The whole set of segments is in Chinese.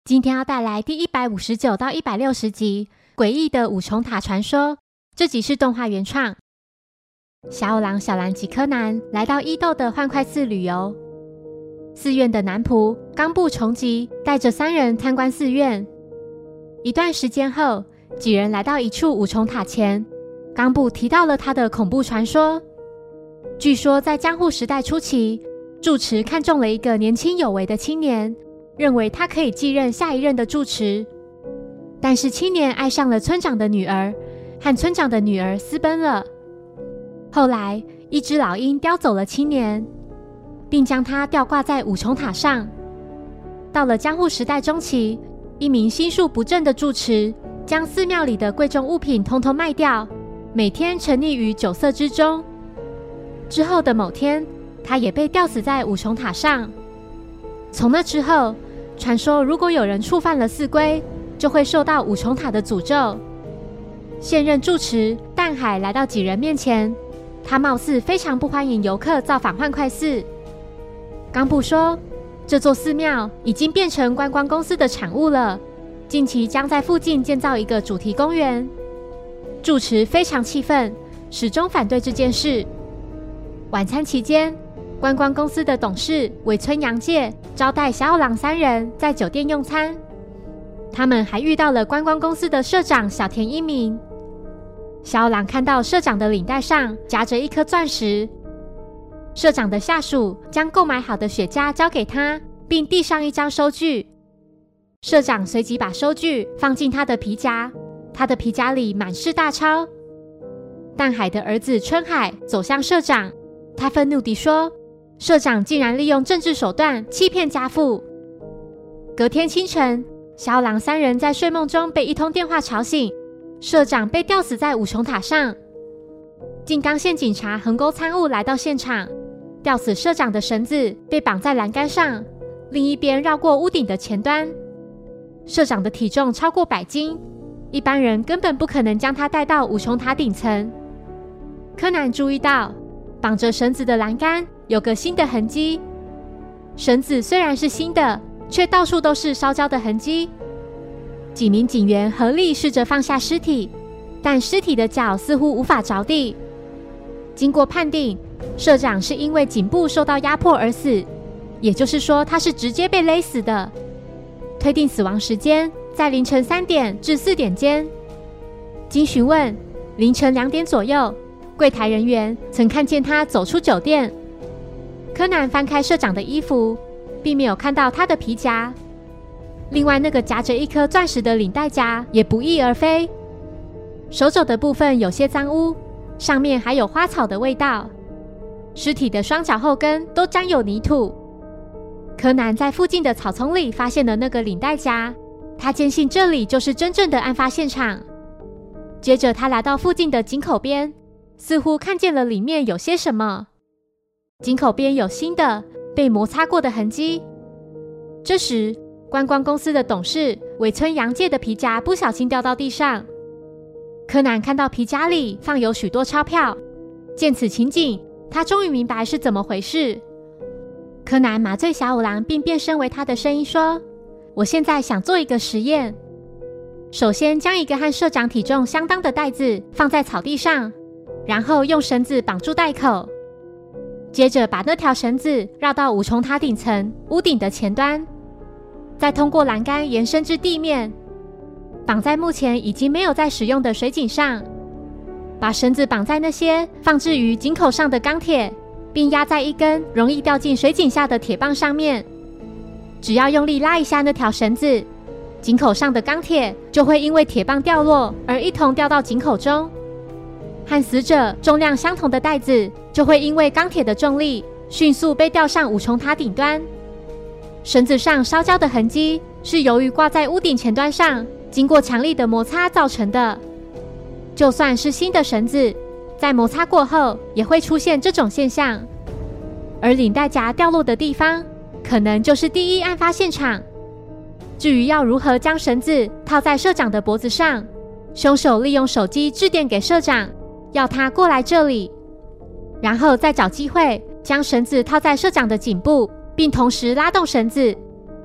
今天要带来第159到160集诡异的五重塔传说，这集是动画原创。小五郎、小兰及柯南来到伊豆的幻快寺旅游。寺院的男仆冈部重吉带着3人参观寺院。一段时间后，几人来到一处五重塔前，冈部提到了他的恐怖传说。据说在江户时代初期，住持看中了一个年轻有为的青年，认为他可以继任下一任的住持。但是青年爱上了村长的女儿，和村长的女儿私奔了。后来一只老鹰叼走了青年，并将他吊挂在五重塔上。到了江户时代中期，一名心术不正的住持将寺庙里的贵重物品通通卖掉，每天沉溺于酒色之中。之后的某天，他也被吊死在五重塔上。从那之后，传说如果有人触犯了寺规，就会受到五重塔的诅咒。现任住持淡海来到几人面前，他貌似非常不欢迎游客造访幻快寺。冈部说，这座寺庙已经变成观光公司的产物了，近期将在附近建造一个主题公园。住持非常气愤，始终反对这件事。晚餐期间，观光公司的董事尾村洋介招待小五郎3人在酒店用餐。他们还遇到了观光公司的社长小田一明。小五郎看到社长的领带上夹着一颗钻石，社长的下属将购买好的雪茄交给他，并递上一张收据。社长随即把收据放进他的皮夹，他的皮夹里满是大钞。淡海的儿子春海走向社长，他愤怒地说，社长竟然利用政治手段欺骗家父。隔天清晨，小五郎3人在睡梦中被一通电话吵醒，社长被吊死在五重塔上。静冈县警察横沟参务来到现场，吊死社长的绳子被绑在栏杆上，另一边绕过屋顶的前端。社长的体重超过100斤，一般人根本不可能将他带到五重塔顶层。柯南注意到绑着绳子的栏杆有个新的痕迹，绳子虽然是新的，却到处都是烧焦的痕迹。几名警员合力试着放下尸体，但尸体的脚似乎无法着地。经过判定，社长是因为颈部受到压迫而死，也就是说他是直接被勒死的。推定死亡时间在凌晨3点至4点间。经询问，凌晨2点左右，柜台人员曾看见他走出酒店。柯南翻开社长的衣服，并没有看到他的皮夹。另外那个夹着一颗钻石的领带夹也不翼而飞。手肘的部分有些脏污，上面还有花草的味道。尸体的双脚后跟都沾有泥土。柯南在附近的草丛里发现了那个领带夹，他坚信这里就是真正的案发现场。接着他来到附近的井口边，似乎看见了里面有些什么。井口边有新的被摩擦过的痕迹。这时观光公司的董事尾村洋介的皮夹不小心掉到地上。柯南看到皮夹里放有许多钞票，见此情景，他终于明白是怎么回事。柯南麻醉小五郎，并变身为他的声音说，我现在想做一个实验。首先将一个和社长体重相当的袋子放在草地上，然后用绳子绑住袋口，接着把那条绳子绕到五重塔顶层屋顶的前端，再通过栏杆延伸至地面，绑在目前已经没有在使用的水井上，把绳子绑在那些放置于井口上的钢铁，并压在一根容易掉进水井下的铁棒上面。只要用力拉一下那条绳子，井口上的钢铁就会因为铁棒掉落而一同掉到井口中。和死者重量相同的袋子就会因为钢铁的重力迅速被吊上五重塔顶端。绳子上烧焦的痕迹是由于挂在屋顶前端上经过强力的摩擦造成的。就算是新的绳子，在摩擦过后也会出现这种现象。而领带夹掉落的地方可能就是第一案发现场。至于要如何将绳子套在社长的脖子上，凶手利用手机致电给社长，要他过来这里，然后再找机会将绳子套在社长的颈部，并同时拉动绳子。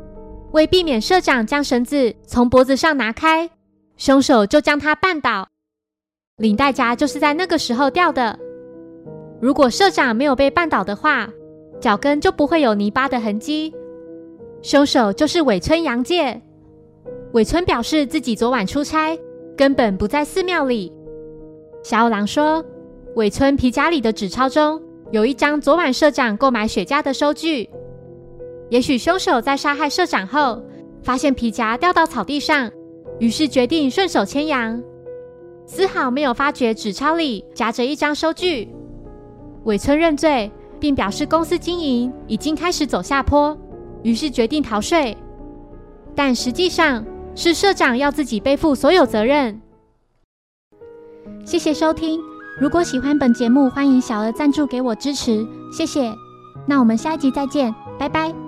为避免社长将绳子从脖子上拿开，凶手就将他绊倒。领带夹就是在那个时候掉的。如果社长没有被绊倒的话，脚跟就不会有泥巴的痕迹。凶手就是尾村洋介。尾村表示自己昨晚出差，根本不在寺庙里。小五郎说，尾村皮夹里的纸钞中有一张昨晚社长购买雪茄的收据。也许凶手在杀害社长后，发现皮夹掉到草地上，于是决定顺手牵羊，丝毫没有发觉纸钞里夹着一张收据。尾村认罪，并表示公司经营已经开始走下坡，于是决定逃税。但实际上是社长要自己背负所有责任。谢谢收听，如果喜欢本节目，欢迎小额赞助给我支持，谢谢。那我们下一集再见，拜拜。